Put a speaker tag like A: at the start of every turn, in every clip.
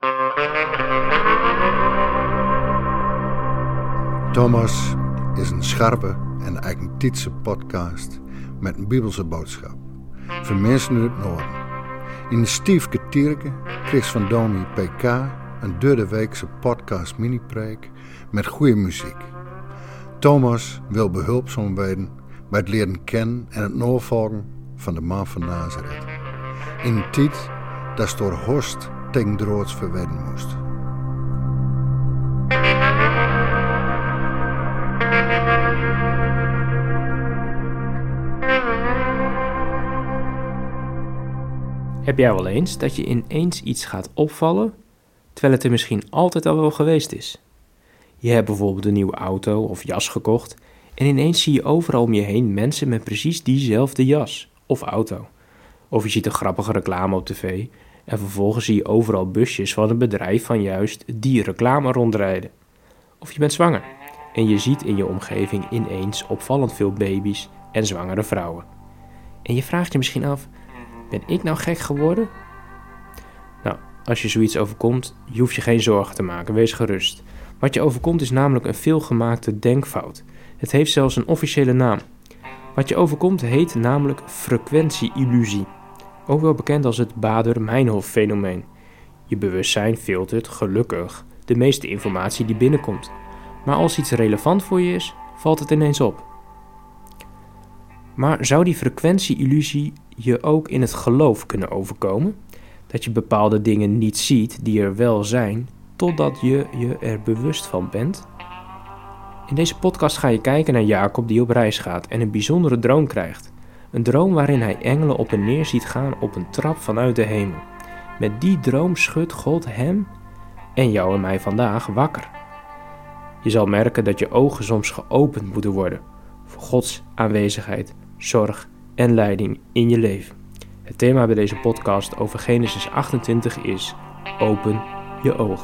A: Thomas is een scherpe en eigentijdse podcast met een bibelse boodschap. Voor mensen uit het noorden. In de stiefke Tierke kreeg van Domi PK een derde-weekse podcast mini-preek met goede muziek. Thomas wil behulpzaam worden bij het leren kennen en het navolgen van de man van Nazareth. In een tijd dat ze door Horst tegen droods verwedden moest.
B: Heb jij wel eens dat je ineens iets gaat opvallen, terwijl het er misschien altijd al wel geweest is? Je hebt bijvoorbeeld een nieuwe auto of jas gekocht en ineens zie je overal om je heen mensen met precies diezelfde jas of auto. Of je ziet een grappige reclame op tv en vervolgens zie je overal busjes van een bedrijf van juist die reclame rondrijden. Of je bent zwanger en je ziet in je omgeving ineens opvallend veel baby's en zwangere vrouwen. En je vraagt je misschien af, ben ik nou gek geworden? Nou, als je zoiets overkomt, je hoeft je geen zorgen te maken, wees gerust. Wat je overkomt is namelijk een veelgemaakte denkfout. Het heeft zelfs een officiële naam. Wat je overkomt heet namelijk frequentie-illusie. Ook wel bekend als het Baader-Meinhof-fenomeen. Je bewustzijn filtert, gelukkig, de meeste informatie die binnenkomt. Maar als iets relevant voor je is, valt het ineens op. Maar zou die frequentie-illusie je ook in het geloof kunnen overkomen? Dat je bepaalde dingen niet ziet die er wel zijn, totdat je er bewust van bent? In deze podcast ga je kijken naar Jacob die op reis gaat en een bijzondere droom krijgt. Een droom waarin hij engelen op en neer ziet gaan op een trap vanuit de hemel. Met die droom schudt God hem en jou en mij vandaag wakker. Je zal merken dat je ogen soms geopend moeten worden voor Gods aanwezigheid, zorg en leiding in je leven. Het thema bij deze podcast over Genesis 28 is: open je ogen.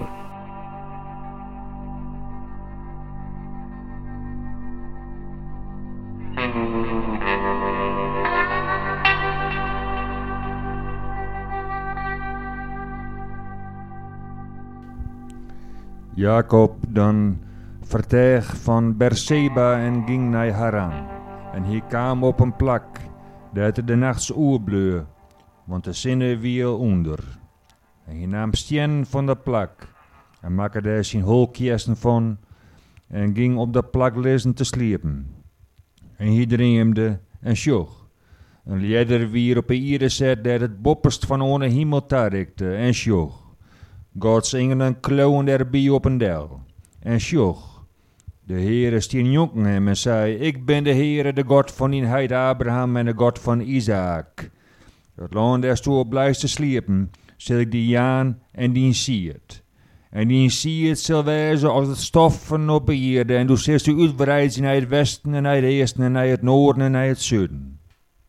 C: Jacob dan vertrek van Berseba en ging naar Haran. En hij kwam op een plak, dat de nachts oerbleu, want de zinnen viel onder. En hij nam steen van de plak en maakte daar zijn holkjesten van en ging op de plak liggen te sliepen. En hij dreemde en sjoeg. En leider weer op een ieder zet dat het bopperst van onder hemel tarikte en sjoeg. Gods engelen klauwen erbij op een del en sjoeg. De Heere stien jonken hem en zei: Ik ben de Heere, de God van die heid Abraham en de God van Isaac. Het land der stoer blijft te sliepen, zal ik die jaan en die siert. En die siert zal wezen als het stoffen op de aarde, en du zult u uitbreiden naar het westen en naar het oosten en naar het noorden en naar het zuiden.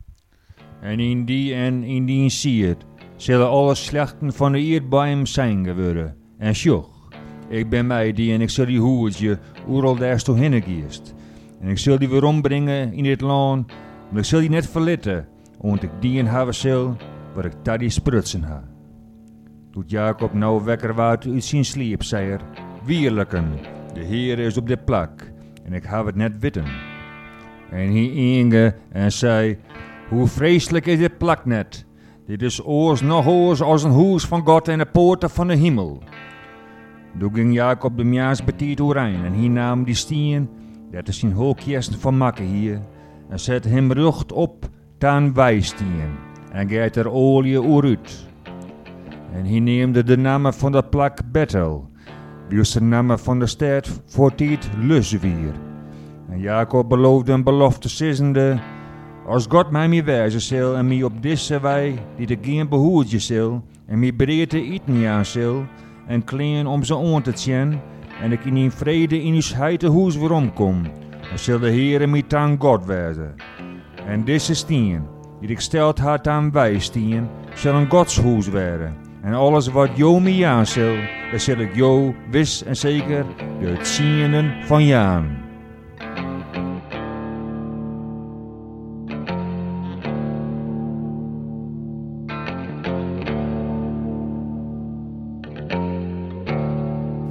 C: En in die siert zullen alle slechten van de aarde bij hem zijn geworden. En sjoch. Ik ben mij die en ik zal die hoedje overal daar toe heen geest. En ik zal die weer ombrengen in dit land, maar ik zal die net verlitten, want ik die hebben zal, waar ik daar die sprutsen ha. Toen Jacob nou wekker werd uit zijn sliep, zei er: Wierlijken, de Heer is op dit plak, en ik heb het net witten. En hij inge en zei: Hoe vreselijk is dit plak net? Dit is oors nog oors als een huis van God en de poorten van de hemel. Toen ging Jacob de maas betiet oorheen en hij nam die steen, dat is zijn holkjesten van makken hier, en zette hem rucht op taan wijsteen en gaat er olie uit. En hij neemde de naam van de plak Bethel, die is de naam van de stad voor tijd Luswier. En Jacob beloofde een belofte zissende: Als God mij mee wijzen zal en mij op deze wij die de geen behoedje zal en mij breedte eten aan zal en kleen om zijn oor te zien en ik in vrede in uw heite huis weer kom, dan zal de Heere mij dan God wijzen. En deze steen, die ik stelt had aan wijsteen, zal een godshuis worden. En alles wat jou mij aan zal, dat zal ik jou wis en zeker de zienden van jaan.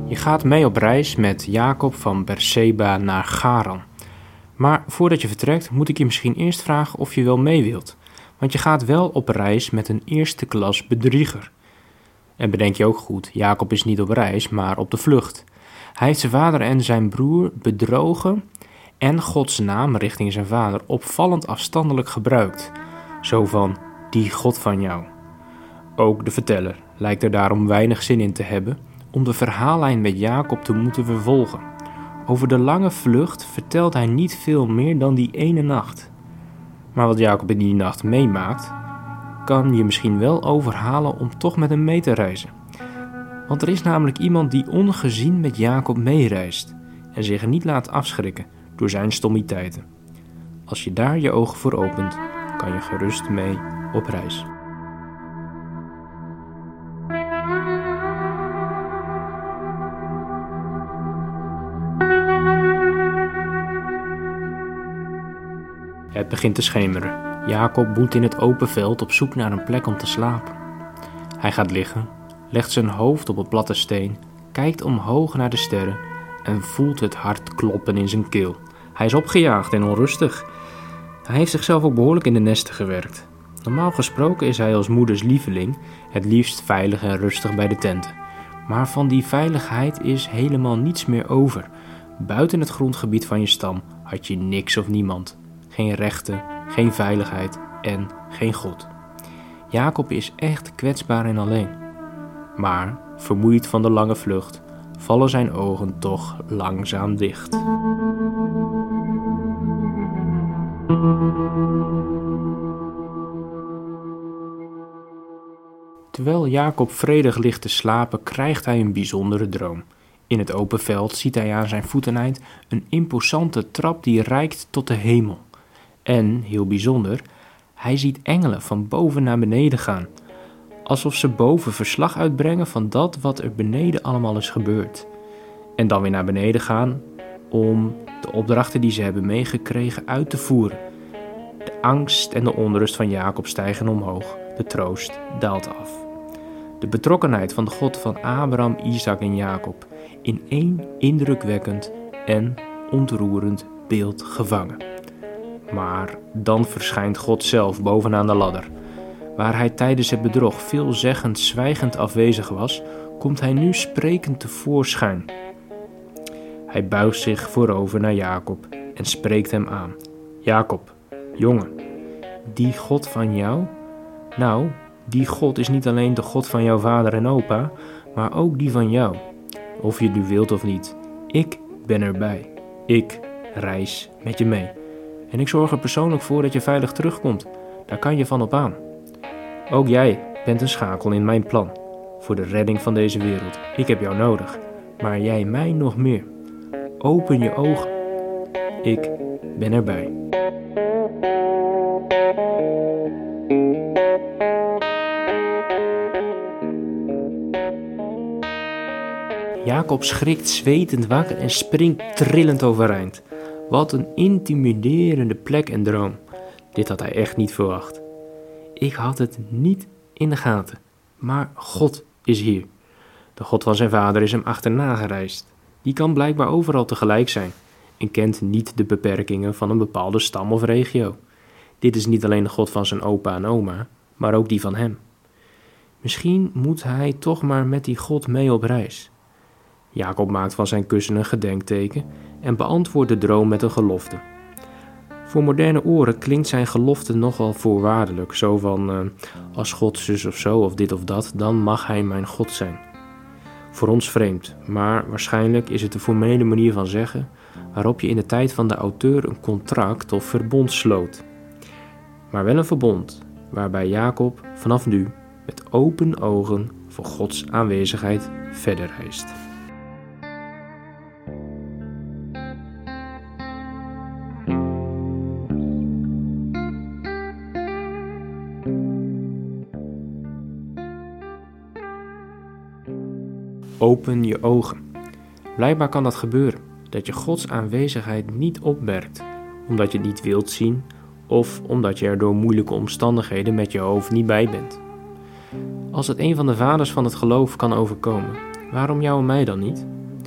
B: Je gaat mee op reis met Jacob van Berseba naar Charan. Maar voordat je vertrekt moet ik je misschien eerst vragen of je wel mee wilt. Want je gaat wel op reis met een eerste klas bedrieger. En bedenk je ook goed, Jacob is niet op reis, maar op de vlucht. Hij heeft zijn vader en zijn broer bedrogen en Gods naam richting zijn vader opvallend afstandelijk gebruikt. Zo van, die God van jou. Ook de verteller lijkt er daarom weinig zin in te hebben om de verhaallijn met Jacob te moeten vervolgen. Over de lange vlucht vertelt hij niet veel meer dan die ene nacht. Maar wat Jacob in die nacht meemaakt, kan je misschien wel overhalen om toch met hem mee te reizen. Want er is namelijk iemand die ongezien met Jacob meereist en zich niet laat afschrikken door zijn stommiteiten. Als je daar je ogen voor opent, kan je gerust mee op reis. Het begint te schemeren. Jacob boet in het open veld op zoek naar een plek om te slapen. Hij gaat liggen, legt zijn hoofd op een platte steen, kijkt omhoog naar de sterren en voelt het hart kloppen in zijn keel. Hij is opgejaagd en onrustig. Hij heeft zichzelf ook behoorlijk in de nesten gewerkt. Normaal gesproken is hij als moeders lieveling het liefst veilig en rustig bij de tenten. Maar van die veiligheid is helemaal niets meer over. Buiten het grondgebied van je stam had je niks of niemand. Geen rechten, geen veiligheid en geen God. Jacob is echt kwetsbaar en alleen. Maar, vermoeid van de lange vlucht, vallen zijn ogen toch langzaam dicht. Terwijl Jacob vredig ligt te slapen, krijgt hij een bijzondere droom. In het open veld ziet hij aan zijn voeteneind een imposante trap die reikt tot de hemel. En, heel bijzonder, hij ziet engelen van boven naar beneden gaan. Alsof ze boven verslag uitbrengen van dat wat er beneden allemaal is gebeurd. En dan weer naar beneden gaan om de opdrachten die ze hebben meegekregen uit te voeren. De angst en de onrust van Jacob stijgen omhoog. De troost daalt af. De betrokkenheid van de God van Abraham, Isaac en Jacob in één indrukwekkend en ontroerend beeld gevangen. Maar dan verschijnt God zelf bovenaan de ladder. Waar hij tijdens het bedrog veelzeggend, zwijgend afwezig was, komt hij nu sprekend tevoorschijn. Hij buigt zich voorover naar Jacob en spreekt hem aan. Jacob, jongen, die God van jou? Nou, die God is niet alleen de God van jouw vader en opa, maar ook die van jou. Of je het nu wilt of niet, ik ben erbij. Ik reis met je mee. En ik zorg er persoonlijk voor dat je veilig terugkomt. Daar kan je van op aan. Ook jij bent een schakel in mijn plan. Voor de redding van deze wereld. Ik heb jou nodig. Maar jij mij nog meer. Open je ogen. Ik ben erbij. Jacob schrikt zwetend wakker en springt trillend overeind. Wat een intimiderende plek en droom. Dit had hij echt niet verwacht. Ik had het niet in de gaten. Maar God is hier. De God van zijn vader is hem achterna gereisd. Die kan blijkbaar overal tegelijk zijn. En kent niet de beperkingen van een bepaalde stam of regio. Dit is niet alleen de God van zijn opa en oma, maar ook die van hem. Misschien moet hij toch maar met die God mee op reis. Jacob maakt van zijn kussen een gedenkteken en beantwoordt de droom met een gelofte. Voor moderne oren klinkt zijn gelofte nogal voorwaardelijk, zo van als God zus of zo of dit of dat, dan mag hij mijn God zijn. Voor ons vreemd, maar waarschijnlijk is het de formele manier van zeggen waarop je in de tijd van de auteur een contract of verbond sloot. Maar wel een verbond waarbij Jacob vanaf nu met open ogen voor Gods aanwezigheid verder reist. Open je ogen. Blijkbaar kan dat gebeuren, dat je Gods aanwezigheid niet opmerkt, omdat je het niet wilt zien of omdat je er door moeilijke omstandigheden met je hoofd niet bij bent. Als het een van de vaders van het geloof kan overkomen, Waarom jou en mij dan niet?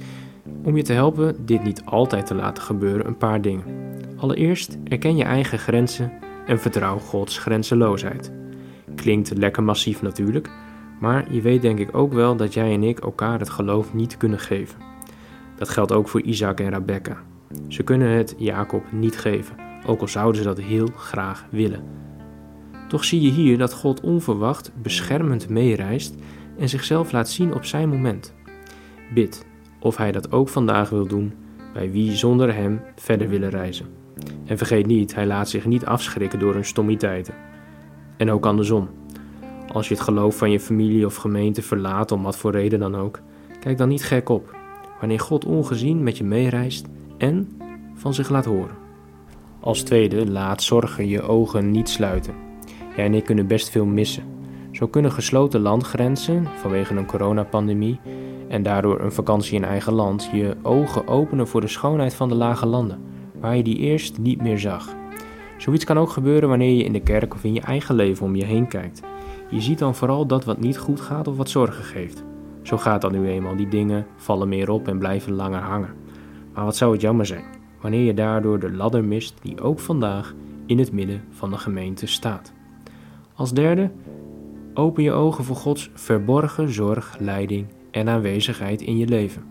B: Om je te helpen dit niet altijd te laten gebeuren, een paar dingen. Allereerst, erken je eigen grenzen en vertrouw Gods grenzeloosheid. Klinkt lekker massief natuurlijk, maar je weet denk ik ook wel dat jij en ik elkaar het geloof niet kunnen geven. Dat geldt ook voor Isaac en Rebekka. Ze kunnen het Jacob niet geven, ook al zouden ze dat heel graag willen. Toch zie je hier dat God onverwacht beschermend meereist en zichzelf laat zien op zijn moment. Bid of hij dat ook vandaag wil doen bij wie zonder hem verder willen reizen. En vergeet niet, hij laat zich niet afschrikken door hun stommiteiten. En ook andersom. Als je het geloof van je familie of gemeente verlaat, om wat voor reden dan ook, kijk dan niet gek op, wanneer God ongezien met je meereist en van zich laat horen. Als tweede, laat zorgen je ogen niet sluiten. Jij en ik kunnen best veel missen. Zo kunnen gesloten landgrenzen, vanwege een coronapandemie en daardoor een vakantie in eigen land, je ogen openen voor de schoonheid van de lage landen, waar je die eerst niet meer zag. Zoiets kan ook gebeuren wanneer je in de kerk of in je eigen leven om je heen kijkt. Je ziet dan vooral dat wat niet goed gaat of wat zorgen geeft. Zo gaat dat nu eenmaal, die dingen vallen meer op en blijven langer hangen. Maar wat zou het jammer zijn, wanneer je daardoor de ladder mist die ook vandaag in het midden van de gemeente staat. Als derde, open je ogen voor Gods verborgen zorg, leiding en aanwezigheid in je leven.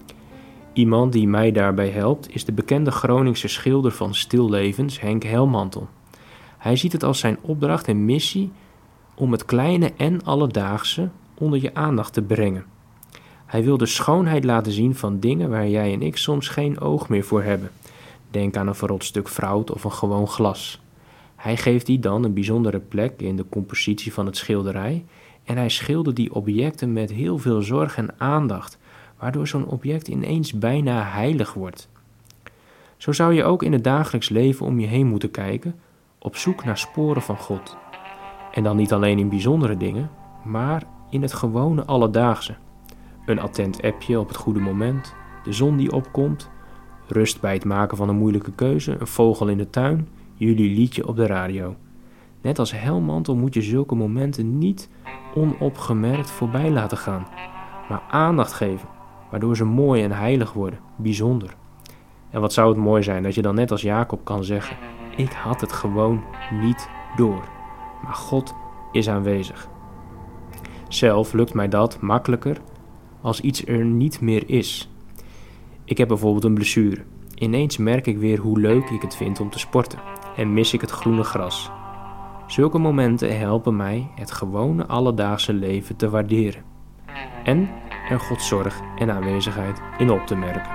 B: Iemand die mij daarbij helpt is de bekende Groningse schilder van stillevens, Henk Helmantel. Hij ziet het als zijn opdracht en missie om het kleine en alledaagse onder je aandacht te brengen. Hij wil de schoonheid laten zien van dingen waar jij en ik soms geen oog meer voor hebben. Denk aan een verrot stuk fruit of een gewoon glas. Hij geeft die dan een bijzondere plek in de compositie van het schilderij en hij schildert die objecten met heel veel zorg en aandacht, waardoor zo'n object ineens bijna heilig wordt. Zo zou je ook in het dagelijks leven om je heen moeten kijken, op zoek naar sporen van God. En dan niet alleen in bijzondere dingen, maar in het gewone alledaagse. Een attent appje op het goede moment, de zon die opkomt, rust bij het maken van een moeilijke keuze, een vogel in de tuin, jullie liedje op de radio. Net als Helmantel moet je zulke momenten niet onopgemerkt voorbij laten gaan, maar aandacht geven, waardoor ze mooi en heilig worden, bijzonder. En wat zou het mooi zijn dat je dan net als Jacob kan zeggen, ik had het gewoon niet door, maar God is aanwezig. Zelf lukt mij dat makkelijker als iets er niet meer is. Ik heb bijvoorbeeld een blessure. Ineens merk ik weer hoe leuk ik het vind om te sporten en mis ik het groene gras. Zulke momenten helpen mij het gewone alledaagse leven te waarderen en er Gods zorg en aanwezigheid in op te merken.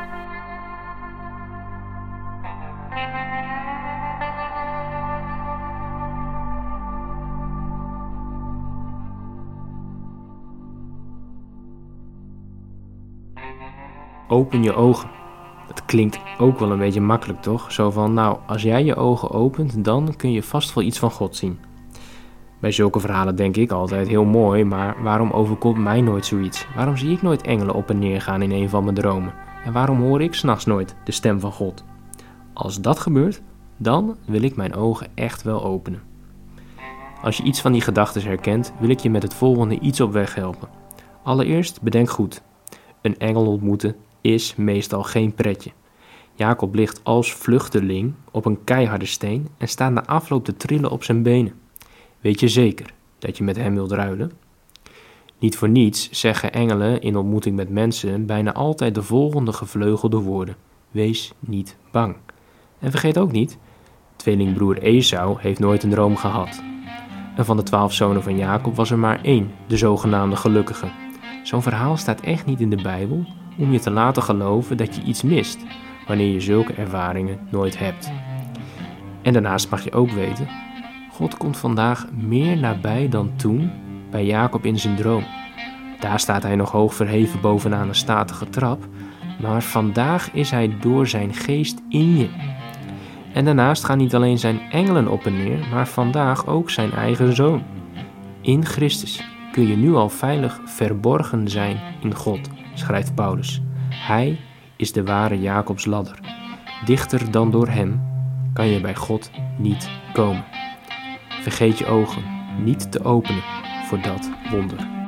B: Open je ogen. Dat klinkt ook wel een beetje makkelijk, toch? Zo van, nou, als jij je ogen opent, dan kun je vast wel iets van God zien. Bij zulke verhalen denk ik altijd heel mooi, maar waarom overkomt mij nooit zoiets? Waarom zie ik nooit engelen op en neer gaan in een van mijn dromen? En waarom hoor ik 's nachts nooit de stem van God? Als dat gebeurt, dan wil ik mijn ogen echt wel openen. Als je iets van die gedachten herkent, wil ik je met het volgende iets op weg helpen. Allereerst, bedenk goed. Een engel ontmoeten is meestal geen pretje. Jacob ligt als vluchteling op een keiharde steen en staat na afloop te trillen op zijn benen. Weet je zeker dat je met hem wilt ruilen? Niet voor niets zeggen engelen in ontmoeting met mensen bijna altijd de volgende gevleugelde woorden. Wees niet bang. En vergeet ook niet, tweelingbroer Esau heeft nooit een droom gehad. En van de 12 zonen van Jacob was er maar 1, de zogenaamde gelukkige. Zo'n verhaal staat echt niet in de Bijbel om je te laten geloven dat je iets mist, wanneer je zulke ervaringen nooit hebt. En daarnaast mag je ook weten, God komt vandaag meer nabij dan toen bij Jacob in zijn droom. Daar staat hij nog hoog verheven bovenaan een statige trap, maar vandaag is hij door zijn geest in je. En daarnaast gaan niet alleen zijn engelen op en neer, maar vandaag ook zijn eigen zoon. In Christus kun je nu al veilig verborgen zijn in God, schrijft Paulus. Hij is de ware Jacobs ladder. Dichter dan door hem kan je bij God niet komen. Vergeet je ogen niet te openen voor dat wonder.